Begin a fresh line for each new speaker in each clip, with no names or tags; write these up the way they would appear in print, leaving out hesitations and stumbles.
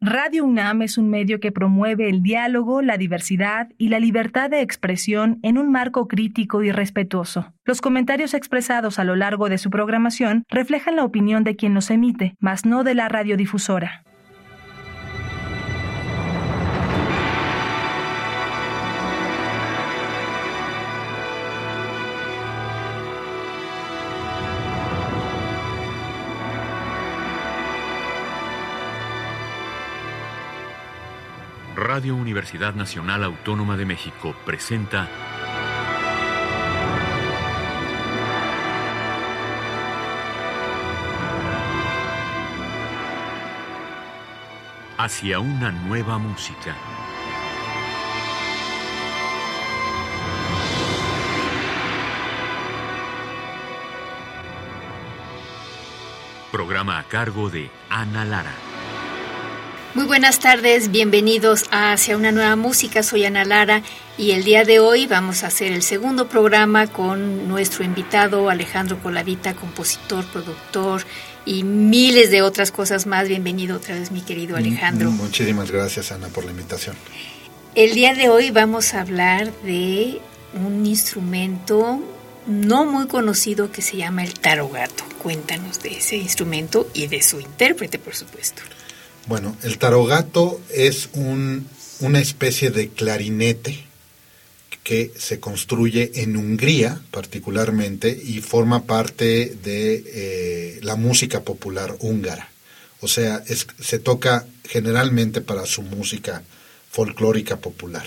Radio UNAM es un medio que promueve el diálogo, la diversidad y la libertad de expresión en un marco crítico y respetuoso. Los comentarios expresados a lo largo de su programación reflejan la opinión de quien los emite, mas no de la radiodifusora.
Radio Universidad Nacional Autónoma de México presenta Hacia una nueva música. Programa a cargo de Ana Lara.
Muy buenas tardes, bienvenidos a Hacia una nueva música, soy Ana Lara y el día de hoy vamos a hacer el segundo programa con nuestro invitado Alejandro Colavita, compositor, productor y miles de otras cosas más. Bienvenido otra vez, mi querido Alejandro.
Muchísimas gracias, Ana, por la invitación.
El día de hoy vamos a hablar de un instrumento no muy conocido que se llama el tarogato. Cuéntanos de ese instrumento y de su intérprete, por supuesto.
Bueno, el tarogato es una especie de clarinete que se construye en Hungría particularmente y forma parte de la música popular húngara. O sea, se toca generalmente para su música folclórica popular.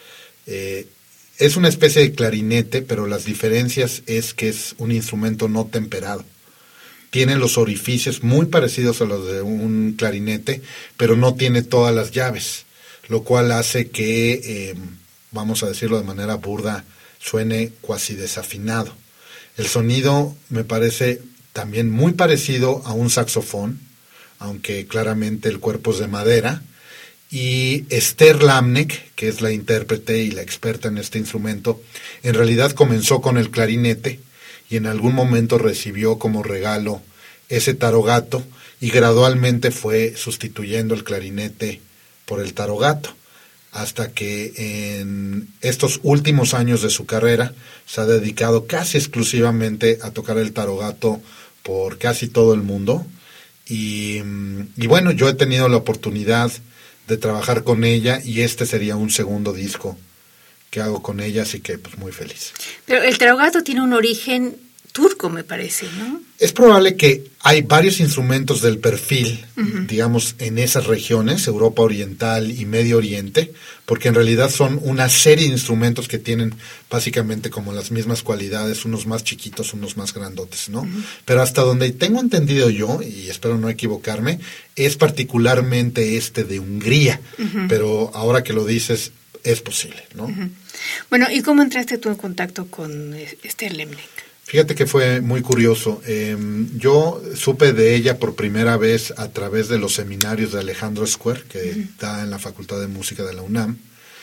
Es una especie de clarinete, pero las diferencias es que es un instrumento no temperado. Tiene los orificios muy parecidos a los de un clarinete, pero no tiene todas las llaves, lo cual hace que, vamos a decirlo de manera burda, suene cuasi desafinado. El sonido me parece también muy parecido a un saxofón, aunque claramente el cuerpo es de madera, y Esther Lamneck, que es la intérprete y la experta en este instrumento, en realidad comenzó con el clarinete, y en algún momento recibió como regalo ese tarogato y gradualmente fue sustituyendo el clarinete por el tarogato, hasta que en estos últimos años de su carrera se ha dedicado casi exclusivamente a tocar el tarogato por casi todo el mundo. Y bueno, yo he tenido la oportunidad de trabajar con ella y este sería un segundo disco que hago con ella, así que pues muy feliz.
Pero el tarogato tiene un origen turco, me parece, ¿no?
Es probable que hay varios instrumentos del perfil, digamos, en esas regiones, Europa Oriental y Medio Oriente, porque en realidad son una serie de instrumentos que tienen básicamente como las mismas cualidades, unos más chiquitos, unos más grandotes, ¿no? Pero hasta donde tengo entendido yo, y espero no equivocarme, es particularmente este de Hungría, pero ahora que lo dices, es posible, ¿no?
Bueno, ¿y cómo entraste tú en contacto con Esther Lamneck?
Fíjate que fue muy curioso. Yo supe de ella por primera vez a través de los seminarios de Alejandro Square, que da en la Facultad de Música de la UNAM,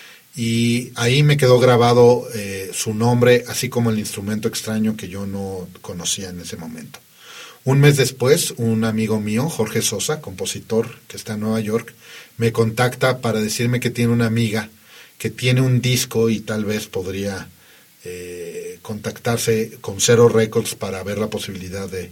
y ahí me quedó grabado su nombre, así como el instrumento extraño que yo no conocía en ese momento. Un mes después, un amigo mío, Jorge Sosa, compositor que está en Nueva York, me contacta para decirme que tiene una amiga que tiene un disco y tal vez podría contactarse con Zero Records para ver la posibilidad de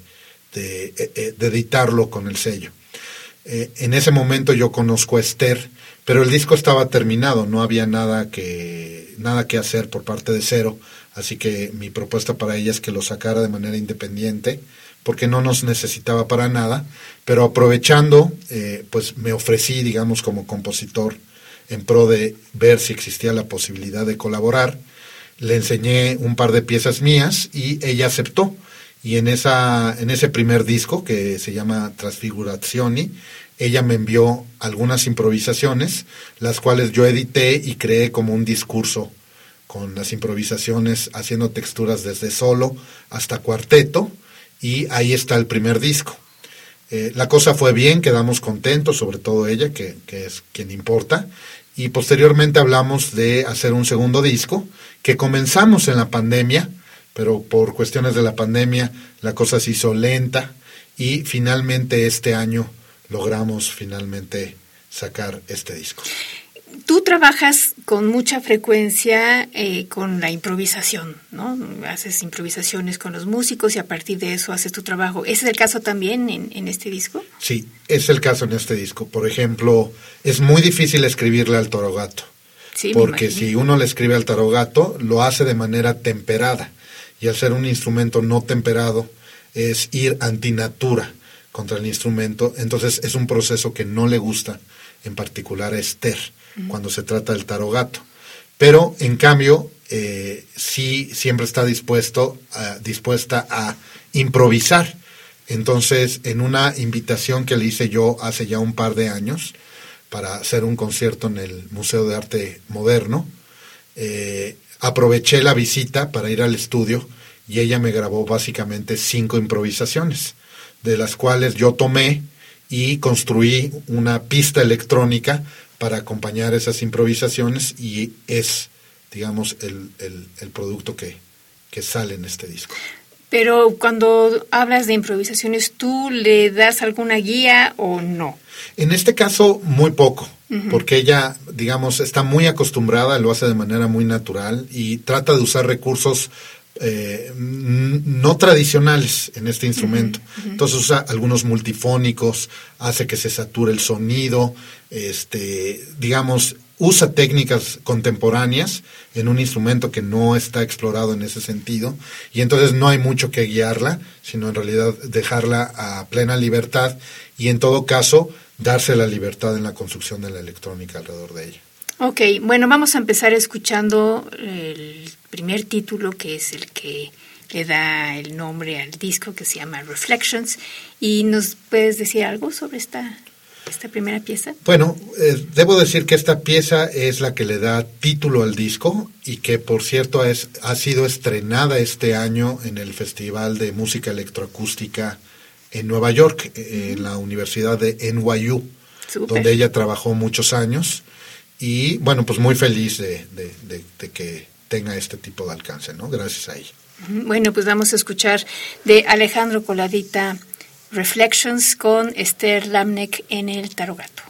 editarlo con el sello. En ese momento yo conozco a Esther, pero el disco estaba terminado, no había nada que hacer por parte de Zero, así que mi propuesta para ella es que lo sacara de manera independiente, porque no nos necesitaba para nada, pero aprovechando, pues me ofrecí, digamos, como compositor en pro de ver si existía la posibilidad de colaborar. Le enseñé un par de piezas mías y ella aceptó. Y en ese primer disco, que se llama Trasfigurazioni, ella me envió algunas improvisaciones, las cuales yo edité y creé como un discurso con las improvisaciones, haciendo texturas desde solo hasta cuarteto, y ahí está el primer disco. La cosa fue bien, quedamos contentos, sobre todo ella, que es quien importa, y posteriormente hablamos de hacer un segundo disco, que comenzamos en la pandemia, pero por cuestiones de la pandemia la cosa se hizo lenta y finalmente este año logramos finalmente sacar este disco.
Tú trabajas con mucha frecuencia con la improvisación, ¿no? Haces improvisaciones con los músicos y a partir de eso haces tu trabajo. ¿Ese es el caso también en este disco?
Sí, es el caso en este disco. Por ejemplo, es muy difícil escribirle al Torogato. Sí, porque si uno le escribe al Torogato, lo hace de manera temperada. Y al ser un instrumento no temperado, es ir antinatura contra el instrumento. Entonces es un proceso que no le gusta, en particular a Esther, cuando se trata del Torogato. Pero, en cambio, sí siempre está dispuesta a improvisar. Entonces, en una invitación que le hice yo hace ya un par de años, para hacer un concierto en el Museo de Arte Moderno, aproveché la visita para ir al estudio y ella me grabó básicamente 5 improvisaciones, de las cuales yo tomé y construí una pista electrónica para acompañar esas improvisaciones y es, digamos, el producto que sale en este disco.
Pero cuando hablas de improvisaciones, ¿tú le das alguna guía o no?
En este caso, muy poco, porque ella, digamos, está muy acostumbrada, lo hace de manera muy natural y trata de usar recursos no tradicionales en este instrumento. Entonces usa algunos multifónicos, hace que se sature el sonido, digamos, usa técnicas contemporáneas en un instrumento que no está explorado en ese sentido, y entonces no hay mucho que guiarla, sino en realidad dejarla a plena libertad y en todo caso darse la libertad en la construcción de la electrónica alrededor de ella.
Ok, bueno, vamos a empezar escuchando el primer título, que es el que le da el nombre al disco, que se llama Reflections. ¿Y nos puedes decir algo sobre esta primera pieza?
Bueno, debo decir que esta pieza es la que le da título al disco y que, por cierto, ha sido estrenada este año en el Festival de Música Electroacústica en Nueva York, en la Universidad de NYU, donde ella trabajó muchos años. Y bueno, pues muy feliz de que tenga este tipo de alcance, ¿no? Gracias a ella.
Bueno, pues vamos a escuchar de Alejandro Colavita Reflections con Esther Lamneck en el Torogato.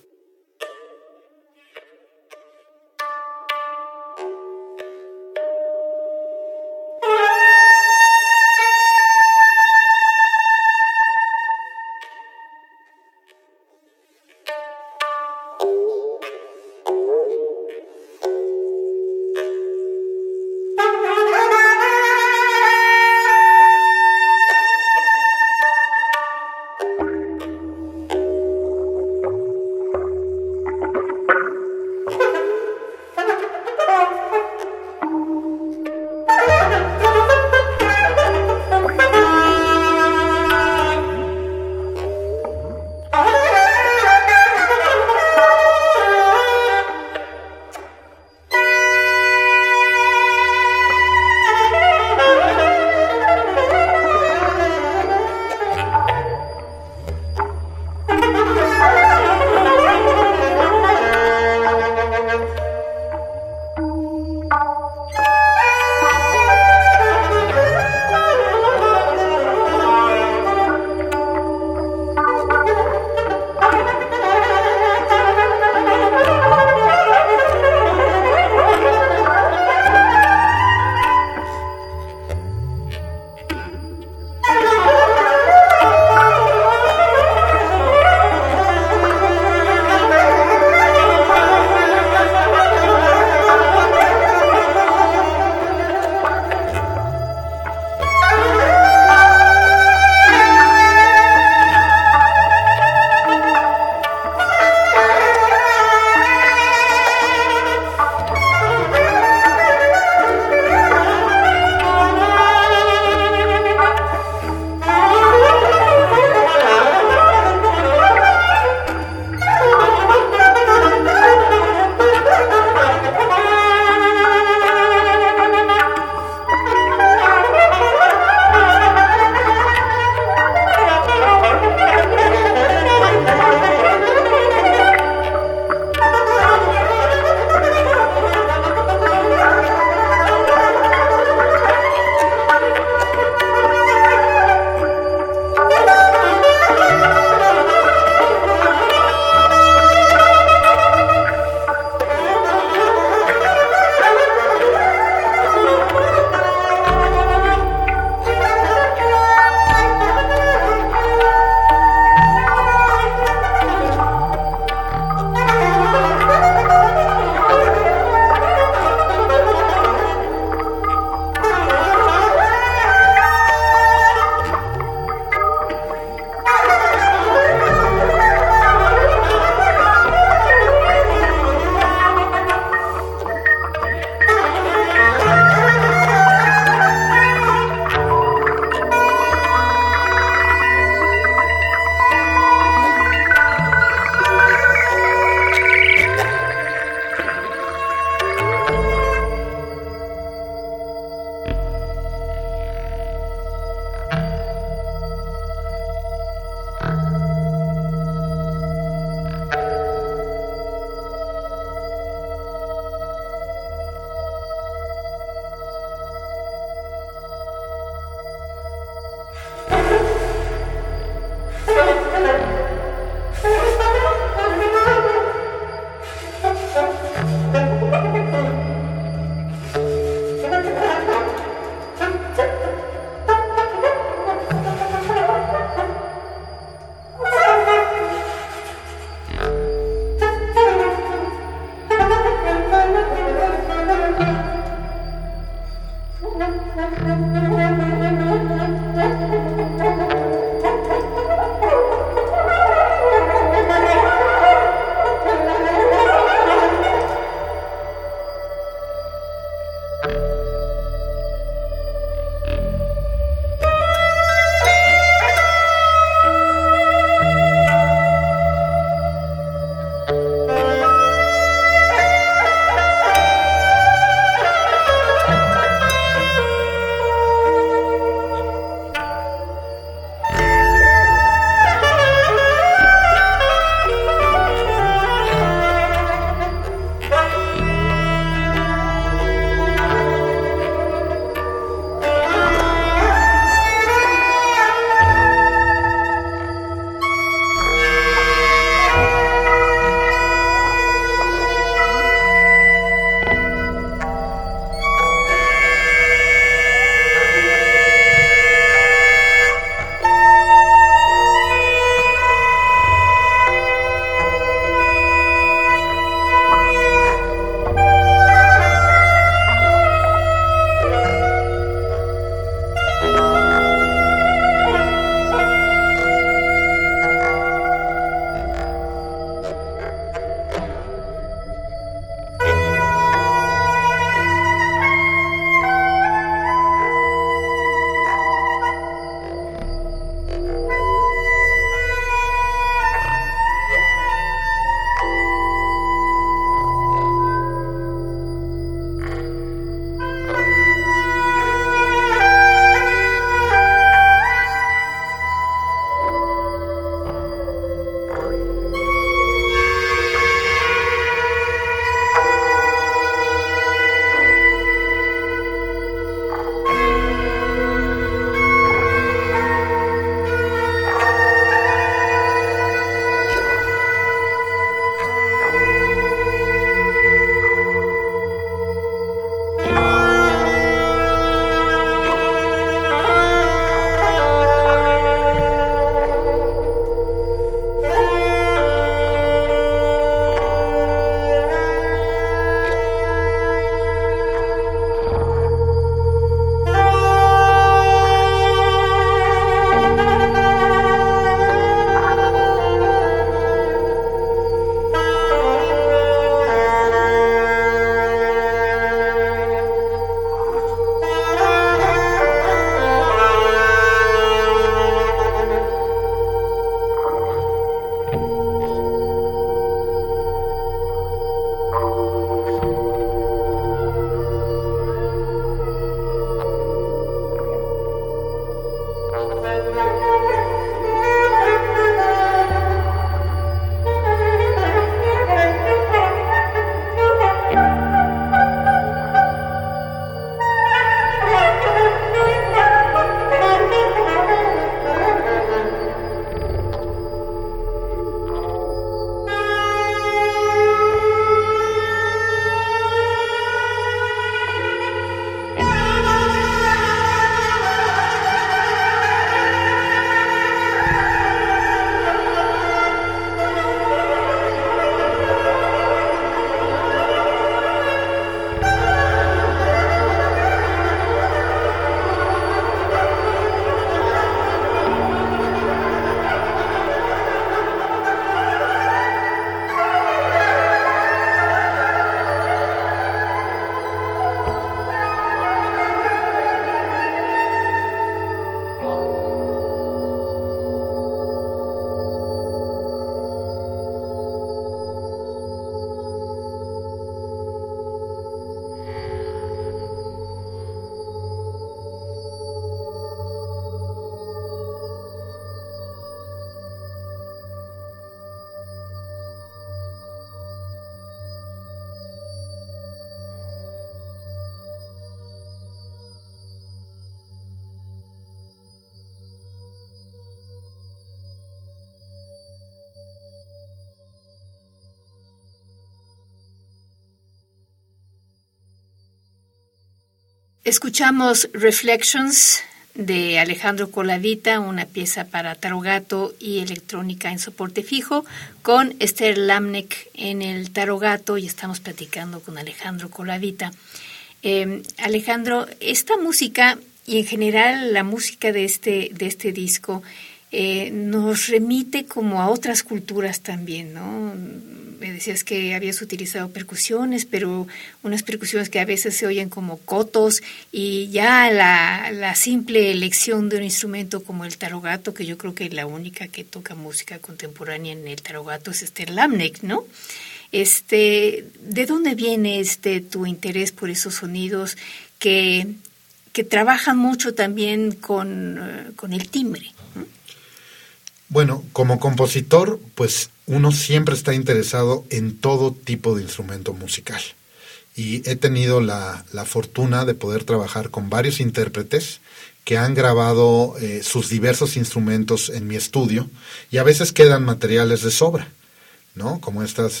Escuchamos Reflections de Alejandro Colavita, una pieza para tarogato y electrónica en soporte fijo, con Esther Lamneck en el tarogato, y estamos platicando con Alejandro Colavita. Alejandro, esta música y en general la música de este disco nos remite como a otras culturas también, ¿no? Me decías que habías utilizado percusiones, pero unas percusiones que a veces se oyen como cotos, y ya la simple elección de un instrumento como el tarogato, que yo creo que la única que toca música contemporánea en el tarogato es Esther Lamneck, ¿no? ¿De dónde viene tu interés por esos sonidos que trabajan mucho también con el timbre?
Bueno, como compositor, pues uno siempre está interesado en todo tipo de instrumento musical. Y he tenido la fortuna de poder trabajar con varios intérpretes que han grabado sus diversos instrumentos en mi estudio, y a veces quedan materiales de sobra, ¿no? Como estas,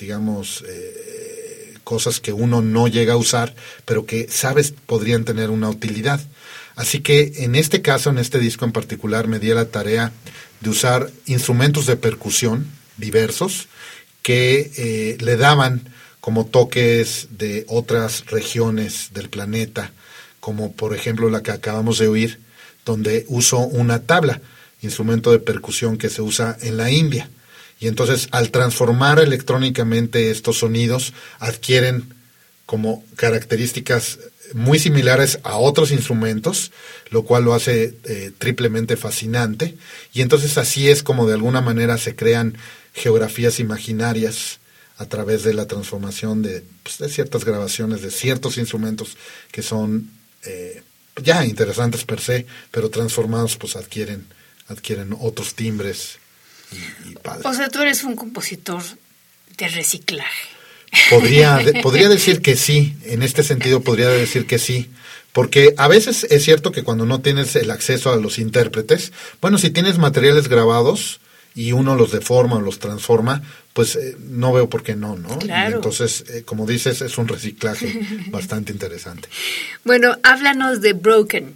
cosas que uno no llega a usar, pero que sabes podrían tener una utilidad. Así que en este caso, en este disco en particular, me di a la tarea de usar instrumentos de percusión diversos que le daban como toques de otras regiones del planeta, como por ejemplo la que acabamos de oír, donde uso una tabla, instrumento de percusión que se usa en la India. Y entonces, al transformar electrónicamente estos sonidos, adquieren como características muy similares a otros instrumentos, lo cual lo hace triplemente fascinante. Y entonces así es como de alguna manera se crean geografías imaginarias a través de la transformación de ciertas grabaciones de ciertos instrumentos que son ya interesantes per se, pero transformados pues adquieren otros timbres y padres.
O sea, tú eres un compositor de reciclaje.
Podría decir que sí, en este sentido podría decir que sí, porque a veces es cierto que cuando no tienes el acceso a los intérpretes, bueno, si tienes materiales grabados y uno los deforma o los transforma, pues no veo por qué no, ¿no?
Claro.
Y entonces, como dices, es un reciclaje bastante interesante.
Bueno, háblanos de Broken.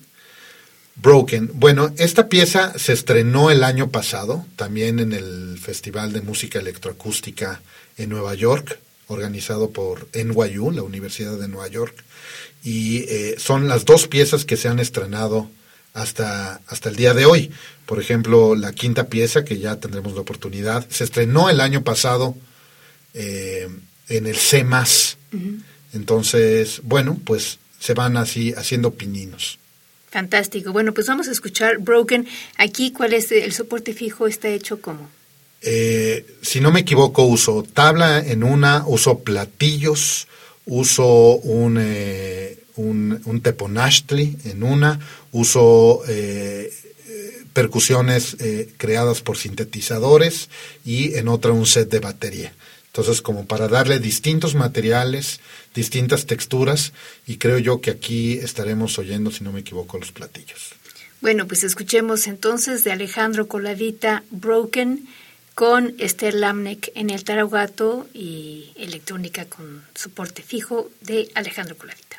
Bueno, esta pieza se estrenó el año pasado, también en el Festival de Música Electroacústica en Nueva York, organizado por NYU, la Universidad de Nueva York, y son las dos piezas que se han estrenado hasta el día de hoy. Por ejemplo, la quinta pieza, que ya tendremos la oportunidad, se estrenó el año pasado en el C+. Uh-huh. Entonces, bueno, pues se van así haciendo pininos.
Fantástico. Bueno, pues vamos a escuchar Broken. Aquí, ¿cuál es el soporte fijo? ¿Está hecho cómo?
Si no me equivoco, uso tabla en una, uso platillos, uso un teponaztli en una, uso percusiones creadas por sintetizadores, y en otra un set de batería. Entonces, como para darle distintos materiales, distintas texturas, y creo yo que aquí estaremos oyendo, si no me equivoco, los platillos.
Bueno, pues escuchemos entonces de Alejandro Colavita, Broken, con Esther Lamneck en el tarogato y electrónica con soporte fijo de Alejandro Colavita.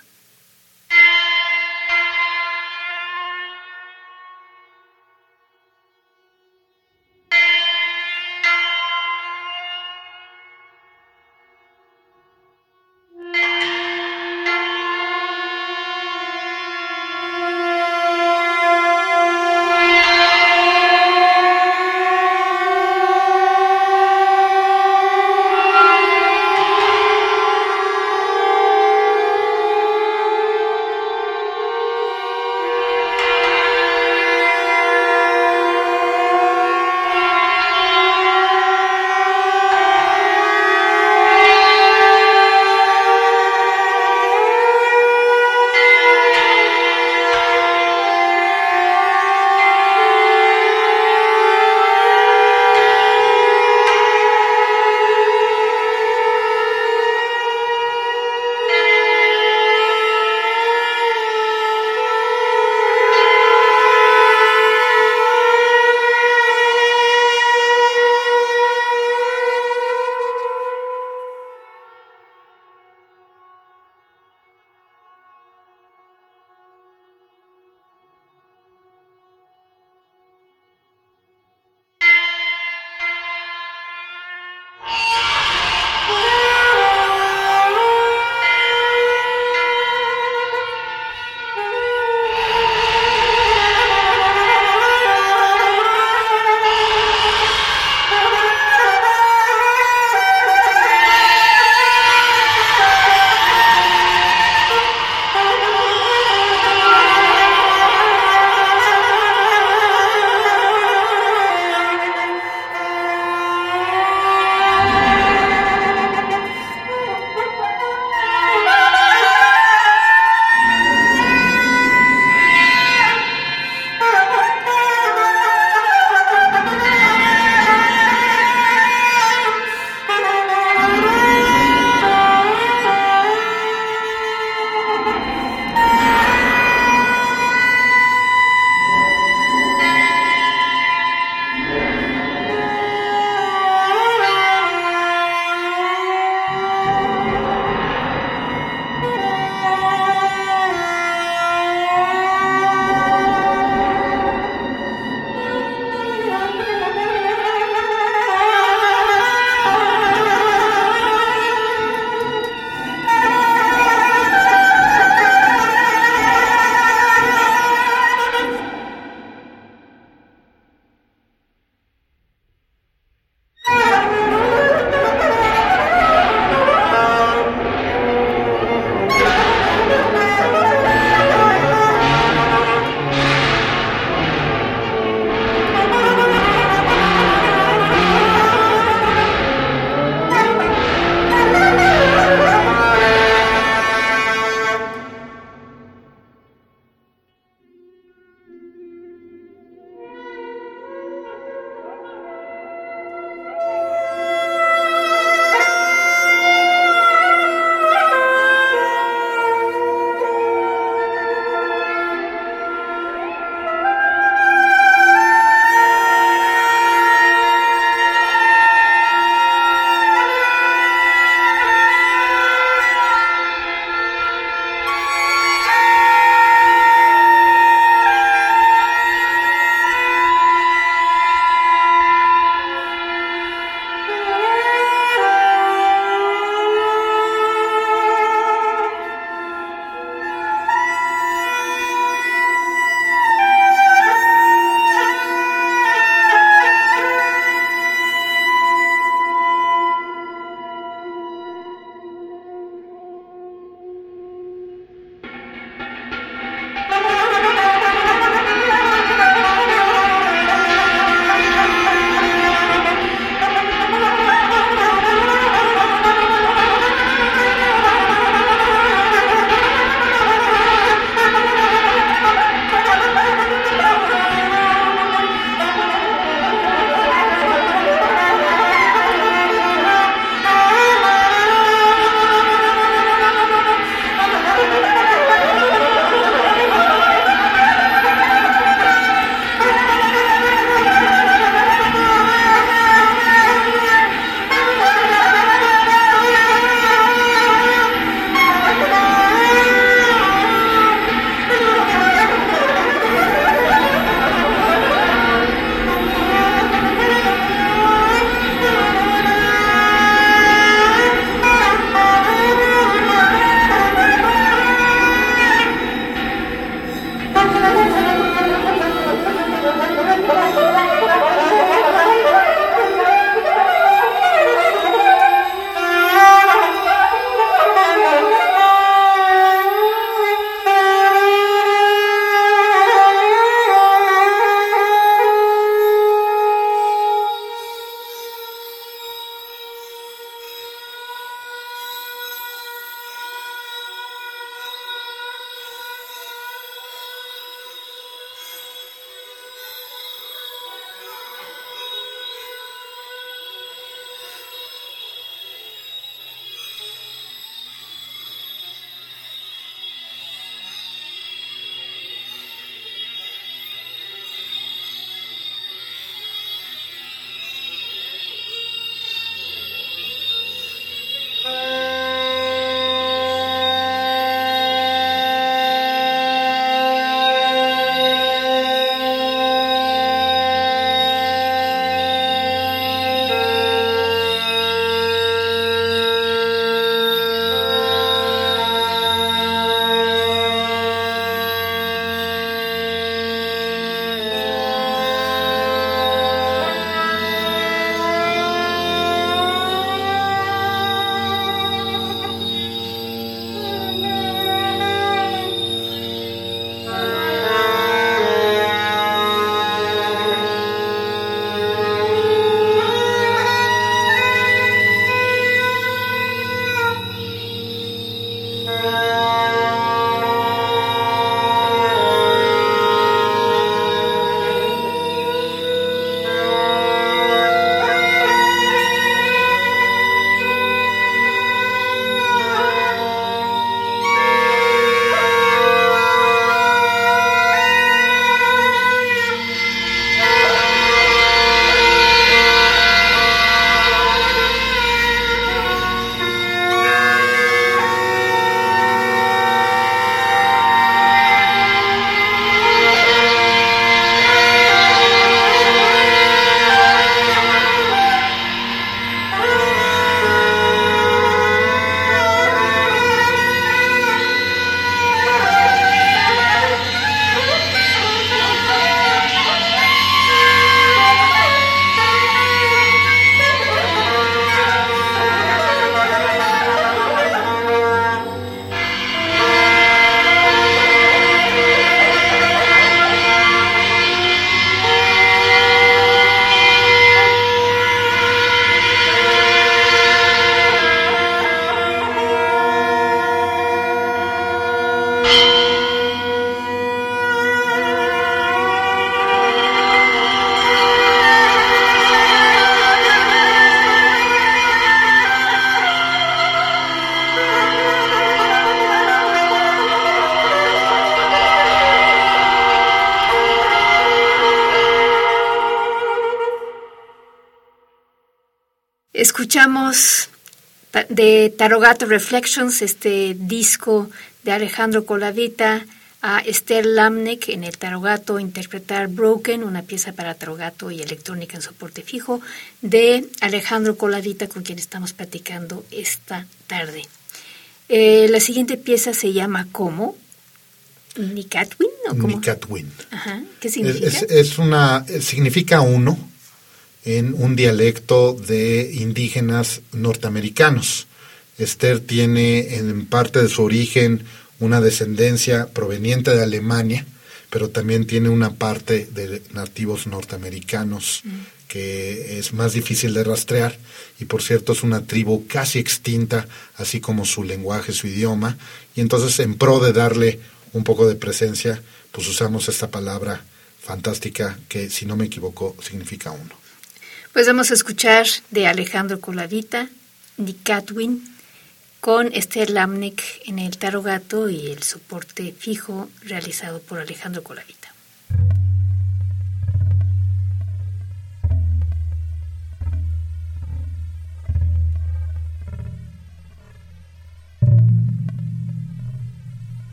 Escuchamos de Tarogato Reflections, este disco de Alejandro Colavita, a Esther Lamneck en el tarogato interpretar Broken, una pieza para tarogato y electrónica en soporte fijo, de Alejandro Colavita, con quien estamos platicando esta tarde. La siguiente pieza se llama ¿Cómo? ¿Nicatwin? ¿O cómo?
Nicatwin.
Ajá. ¿Qué significa?
Significa uno en un dialecto de indígenas norteamericanos. Esther tiene en parte de su origen una descendencia proveniente de Alemania, pero también tiene una parte de nativos norteamericanos que es más difícil de rastrear, y por cierto es una tribu casi extinta, así como su lenguaje, su idioma, y entonces en pro de darle un poco de presencia, pues usamos esta palabra fantástica que, si no me equivoco, significa uno.
Pues vamos a escuchar de Alejandro Colavita, Nicatwin, con Esther Lamneck en el tarogato y el soporte fijo realizado por Alejandro Colavita.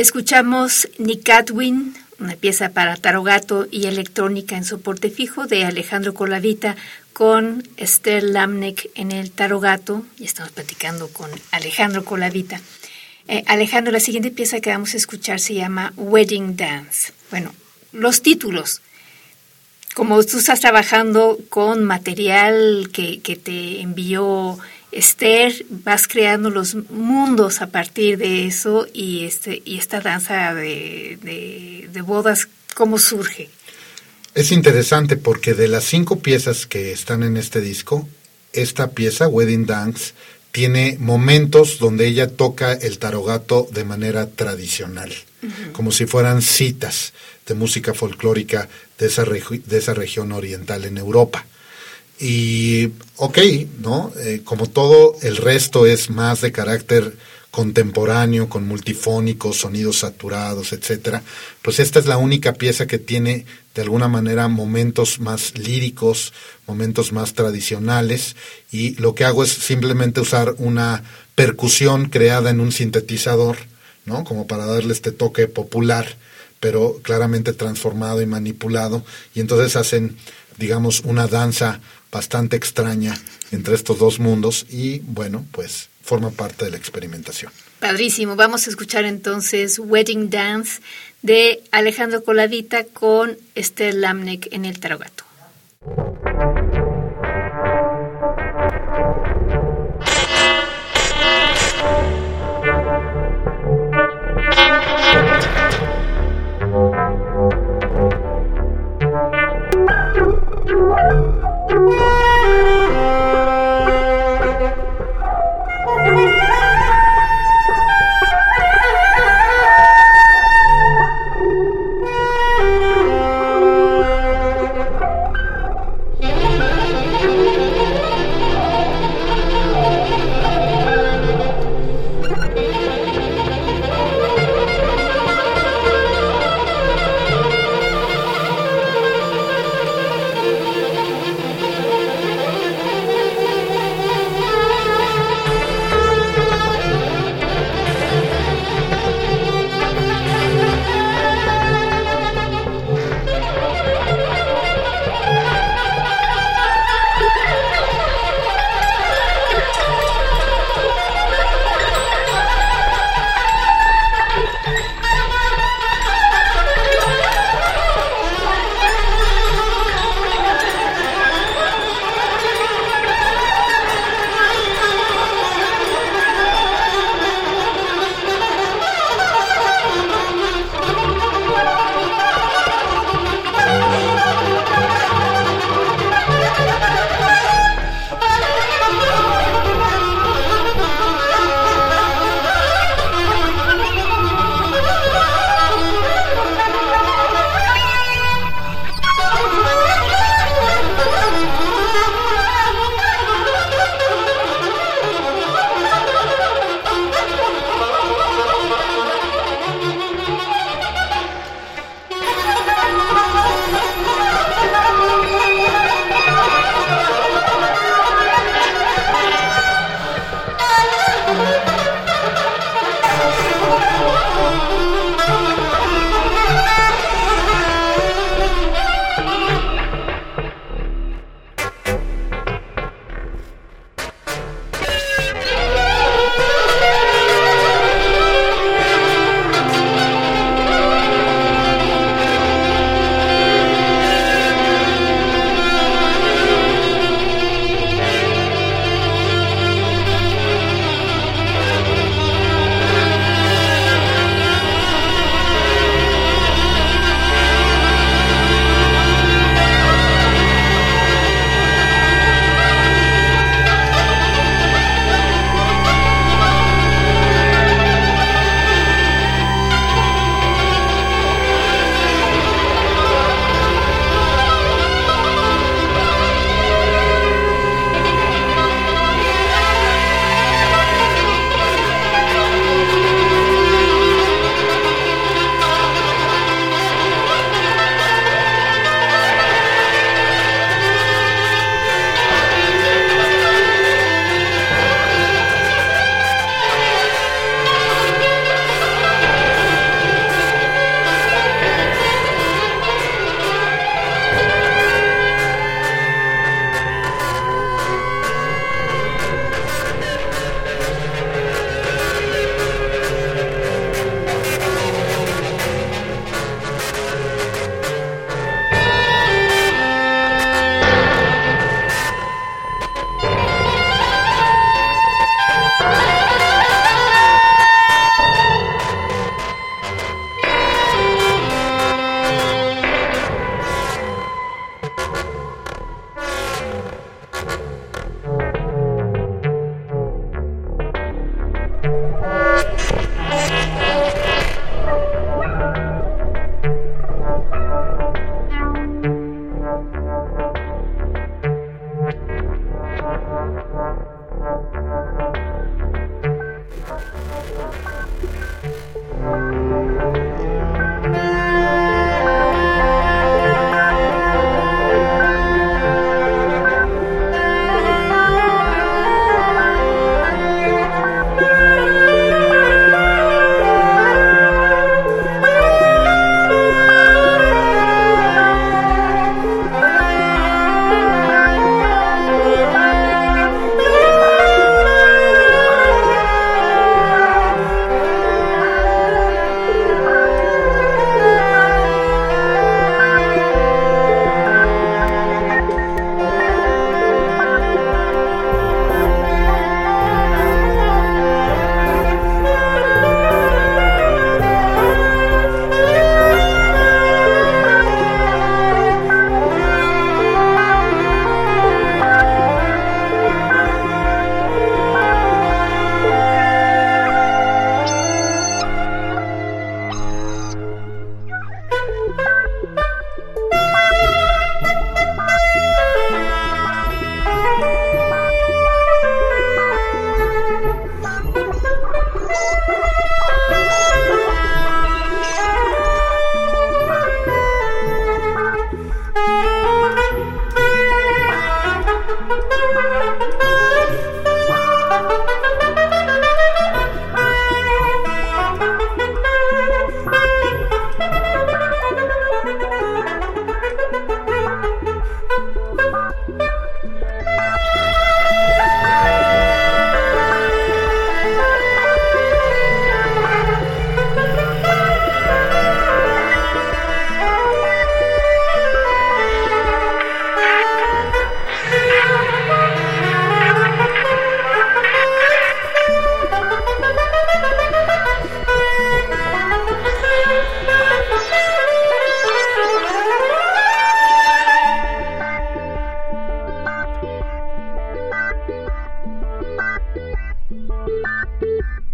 Escuchamos Nicatwin, una pieza para tarogato y electrónica en soporte fijo de Alejandro Colavita con Esther Lamneck en el tarogato, y estamos platicando con Alejandro Colavita. Alejandro, la siguiente pieza que vamos a escuchar se llama Wedding Dance. Bueno, los títulos. Como tú estás trabajando con material que te envió Esther, vas creando los mundos a partir de eso y esta danza de bodas, ¿cómo surge?
Es interesante porque de las 5 piezas que están en este disco, esta pieza, Wedding Dance, tiene momentos donde ella toca el tarogato de manera tradicional, como si fueran citas de música folclórica de esa región oriental en Europa. Y ¿no? Como todo el resto es más de carácter contemporáneo, con multifónicos, sonidos saturados, etcétera, pues esta es la única pieza que tiene de alguna manera momentos más líricos, momentos más tradicionales, y lo que hago es simplemente usar una percusión creada en un sintetizador, ¿no? Como para darle este toque popular, pero claramente transformado y manipulado, y entonces hacen, digamos, una danza bastante extraña entre estos dos mundos y, bueno, pues forma parte de la experimentación.
Padrísimo. Vamos a escuchar entonces Wedding Dance de Alejandro Colavita con Esther Lamneck en el tarogato.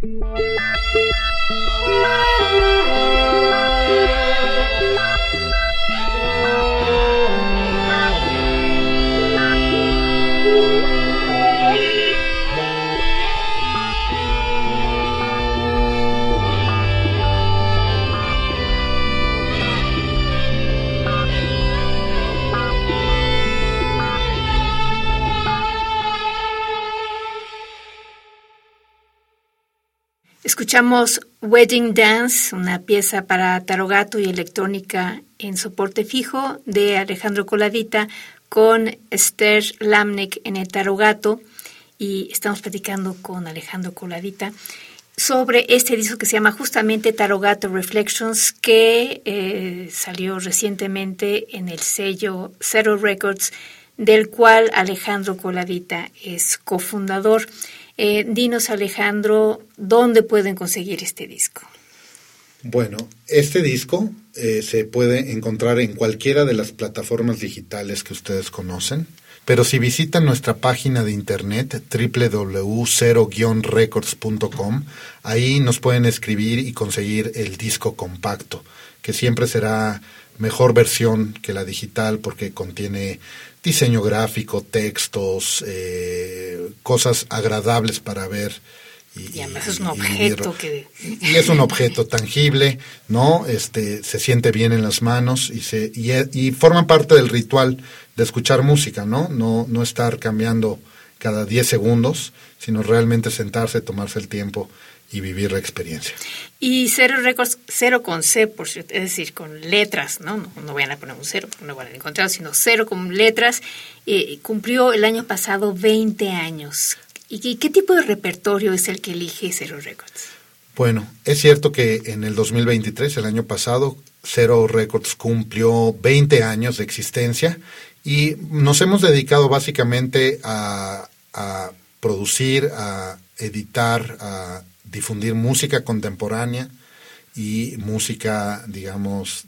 Escuchamos Wedding Dance, una pieza para tarogato y electrónica en soporte fijo de Alejandro Colavita con Esther Lamneck en el tarogato, y estamos platicando con Alejandro Colavita sobre este disco que se llama justamente Tarogato Reflections, que salió recientemente en el sello Zero Records, del cual Alejandro Colavita es cofundador. Dinos, Alejandro, ¿dónde pueden conseguir este disco?
Bueno, este disco se puede encontrar en cualquiera de las plataformas digitales que ustedes conocen, pero si visitan nuestra página de internet www.zero-records.com, ahí nos pueden escribir y conseguir el disco compacto, que siempre será mejor versión que la digital porque contiene diseño gráfico, textos, cosas agradables para ver.
Y además es un objeto
y es un objeto tangible, ¿no? Se siente bien en las manos y forma parte del ritual de escuchar música, ¿no? No estar cambiando cada 10 segundos, sino realmente sentarse, tomarse el tiempo y vivir la experiencia.
Y Zero Records, cero con C, por cierto, es decir, con letras, ¿no? No vayan a poner un cero, no van a encontrar, sino cero con letras. Cumplió el año pasado 20 años. ¿Y qué tipo de repertorio es el que elige Zero Records?
Bueno, es cierto que en el 2023, el año pasado, Zero Records cumplió 20 años de existencia y nos hemos dedicado básicamente a producir, a editar, a difundir música contemporánea y música, digamos,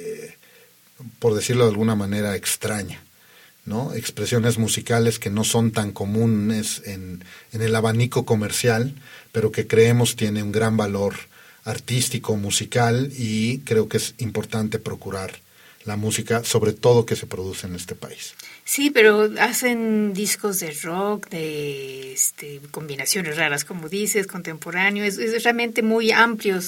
por decirlo de alguna manera, extraña, ¿no? Expresiones musicales que no son tan comunes en el abanico comercial, pero que creemos tiene un gran valor artístico, musical, y creo que es importante procurar la música, sobre todo que se produce en este país.
Sí, pero hacen discos de rock, de combinaciones raras, como dices, contemporáneo. Es realmente muy amplio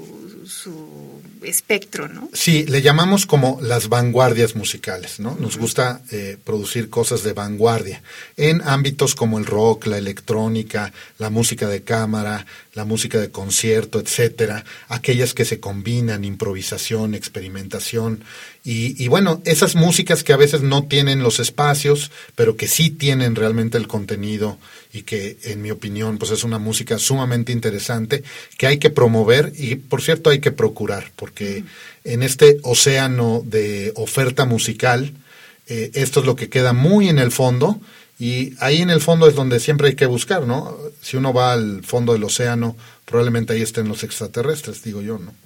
su espectro, ¿no?
Sí, le llamamos como las vanguardias musicales, ¿no? Nos gusta producir cosas de vanguardia en ámbitos como el rock, la electrónica, la música de cámara, la música de concierto, etcétera, aquellas que se combinan, improvisación, experimentación, y bueno, esas músicas que a veces no tienen los espacios, pero que sí tienen realmente el contenido y que, en mi opinión, pues es una música sumamente interesante que hay que promover y, por cierto, hay que procurar, porque en este océano de oferta musical, esto es lo que queda muy en el fondo, y ahí en el fondo es donde siempre hay que buscar, ¿no? Si uno va al fondo del océano, probablemente ahí estén los extraterrestres, digo yo, ¿no?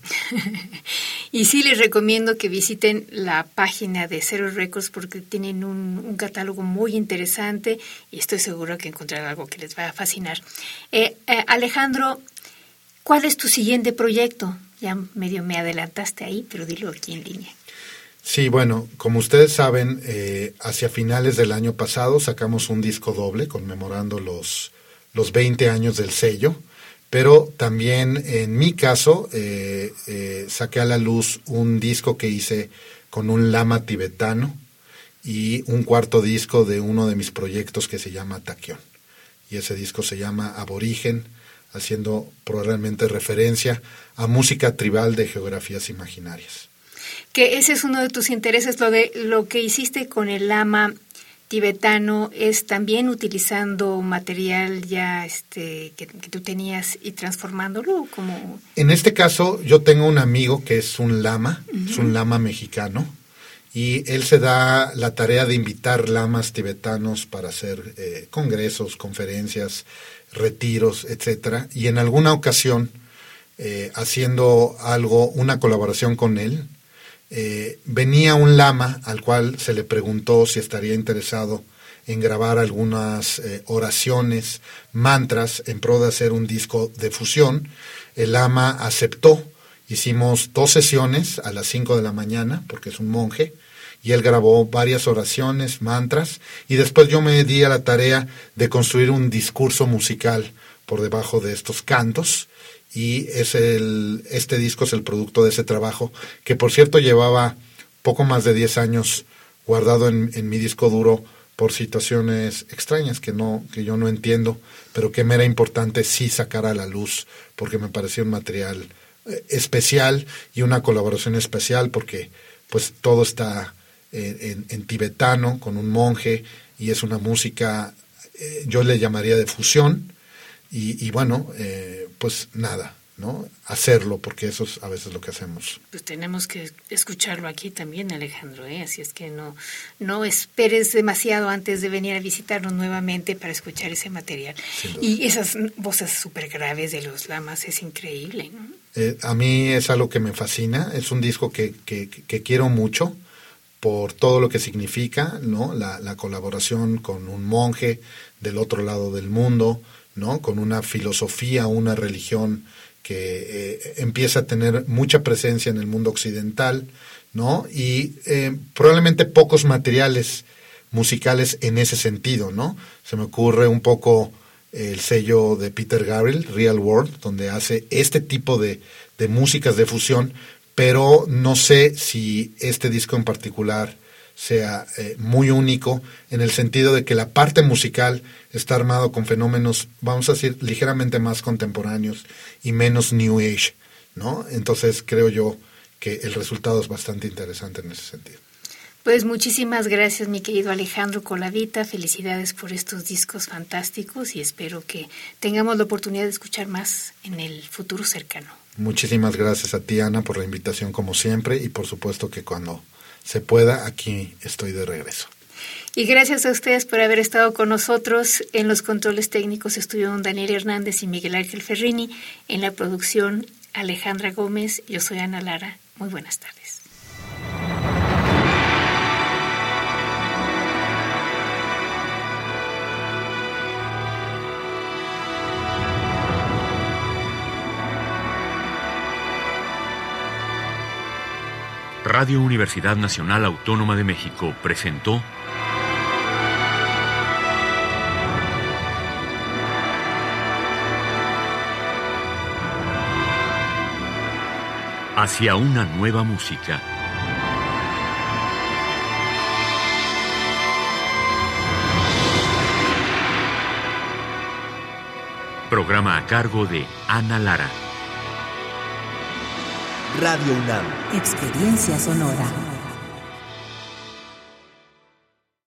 Y sí les recomiendo que visiten la página de Zero Records porque tienen un catálogo muy interesante y estoy seguro que encontrarán algo que les va a fascinar. Alejandro, ¿cuál es tu siguiente proyecto? Ya medio me adelantaste ahí, pero dilo aquí en línea.
Sí, bueno, como ustedes saben, hacia finales del año pasado sacamos un disco doble conmemorando los 20 años del sello, pero también en mi caso saqué a la luz un disco que hice con un lama tibetano y un cuarto disco de uno de mis proyectos que se llama Taquión. Y ese disco se llama Aborigen, haciendo probablemente referencia a música tribal de geografías imaginarias.
Que ese es uno de tus intereses, lo que hiciste con el lama tibetano es también utilizando material ya que tú tenías y transformándolo como...
En este caso yo tengo un amigo que es un lama, es un lama mexicano, y él se da la tarea de invitar lamas tibetanos para hacer congresos, conferencias, retiros, etcétera, y en alguna ocasión haciendo una colaboración con él, venía un lama al cual se le preguntó si estaría interesado en grabar algunas oraciones, mantras, en pro de hacer un disco de fusión. El Lama aceptó, hicimos 2 sesiones a las 5 de la mañana, porque es un monje, y él grabó varias oraciones, mantras, y después yo me di a la tarea de construir un discurso musical por debajo de estos cantos, y este disco es el producto de ese trabajo, que por cierto llevaba poco más de 10 años guardado en mi disco duro por situaciones extrañas que yo no entiendo, pero que me era importante sí sacar a la luz, porque me parecía un material especial y una colaboración especial, porque pues todo está en tibetano, con un monje, y es una música, yo le llamaría de fusión, y bueno, pues nada, ¿no? Hacerlo, porque eso es a veces lo que hacemos.
Pues tenemos que escucharlo aquí también, Alejandro, así es que no esperes demasiado antes de venir a visitarnos nuevamente para escuchar ese material. Y esas voces súper graves de los lamas es increíble, ¿no?
A mí es algo que me fascina, es un disco que quiero mucho por todo lo que significa, ¿no? La colaboración con un monje del otro lado del mundo, ¿no? Con una filosofía, una religión que empieza a tener mucha presencia en el mundo occidental, ¿no? Y probablemente pocos materiales musicales en ese sentido, ¿no? Se me ocurre un poco el sello de Peter Gabriel, Real World, donde hace este tipo de músicas de fusión, pero no sé si este disco en particular sea muy único, en el sentido de que la parte musical está armado con fenómenos, vamos a decir, ligeramente más contemporáneos y menos New Age, ¿no? Entonces creo yo que el resultado es bastante interesante en ese sentido.
Pues muchísimas gracias, mi querido Alejandro Colavita, felicidades por estos discos fantásticos y espero que tengamos la oportunidad de escuchar más en el futuro cercano.
Muchísimas gracias a ti, Ana, por la invitación como siempre, y por supuesto que cuando se pueda, aquí estoy de regreso.
Y gracias a ustedes por haber estado con nosotros. En los controles técnicos estuvieron Daniel Hernández y Miguel Ángel Ferrini. En la producción, Alejandra Gómez. Yo soy Ana Lara. Muy buenas tardes.
Radio Universidad Nacional Autónoma de México presentó Hacia una nueva música. Programa a cargo de Ana Lara.
Radio UNAM.
Experiencia sonora.